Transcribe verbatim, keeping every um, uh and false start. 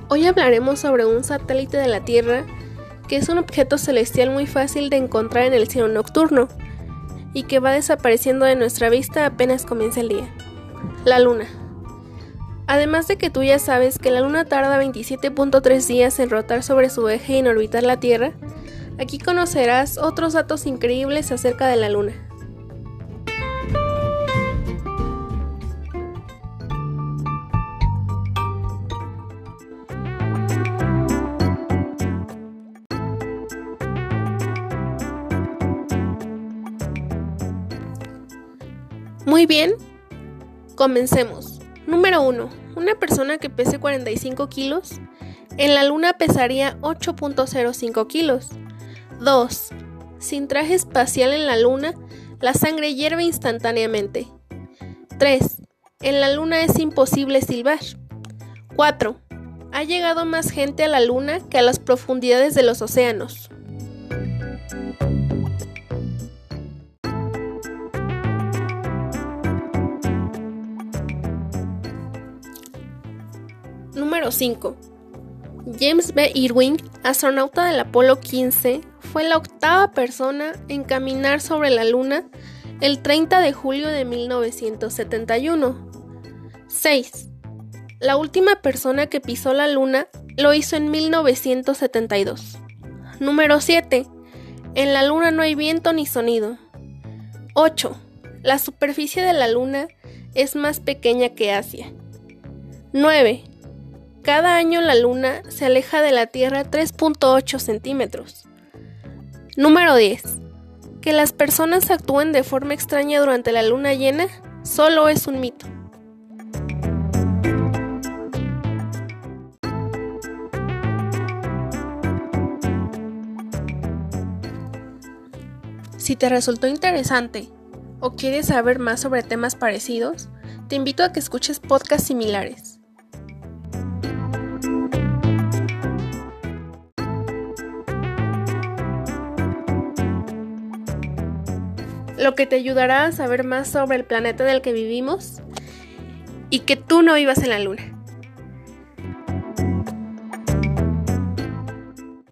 Hoy hablaremos sobre un satélite de la Tierra que es un objeto celestial muy fácil de encontrar en el cielo nocturno y que va desapareciendo de nuestra vista apenas comienza el día. La Luna. Además de que tú ya sabes que la Luna tarda veintisiete punto tres días en rotar sobre su eje y en orbitar la Tierra, aquí conocerás otros datos increíbles acerca de la Luna. Muy bien, comencemos. Número uno. Una persona que pese cuarenta y cinco kilos, en la Luna pesaría ocho punto cero cinco kilos. dos. Sin traje espacial en la Luna, la sangre hierve instantáneamente. tres. En la Luna es imposible silbar. cuatro. Ha llegado más gente a la Luna que a las profundidades de los océanos. Número cinco. James B. Irwin, astronauta del Apolo quince, fue la octava persona en caminar sobre la Luna el treinta de julio de mil novecientos setenta y uno. seis. La última persona que pisó la Luna lo hizo en mil novecientos setenta y dos. Número siete. En la Luna no hay viento ni sonido. ocho. La superficie de la Luna es más pequeña que Asia. nueve. Cada año la Luna se aleja de la Tierra tres punto ocho centímetros. Número diez. Que las personas actúen de forma extraña durante la luna llena solo es un mito. Si te resultó interesante o quieres saber más sobre temas parecidos, te invito a que escuches podcasts similares. Lo que te ayudará a saber más sobre el planeta en el que vivimos y que tú no vivas en la Luna.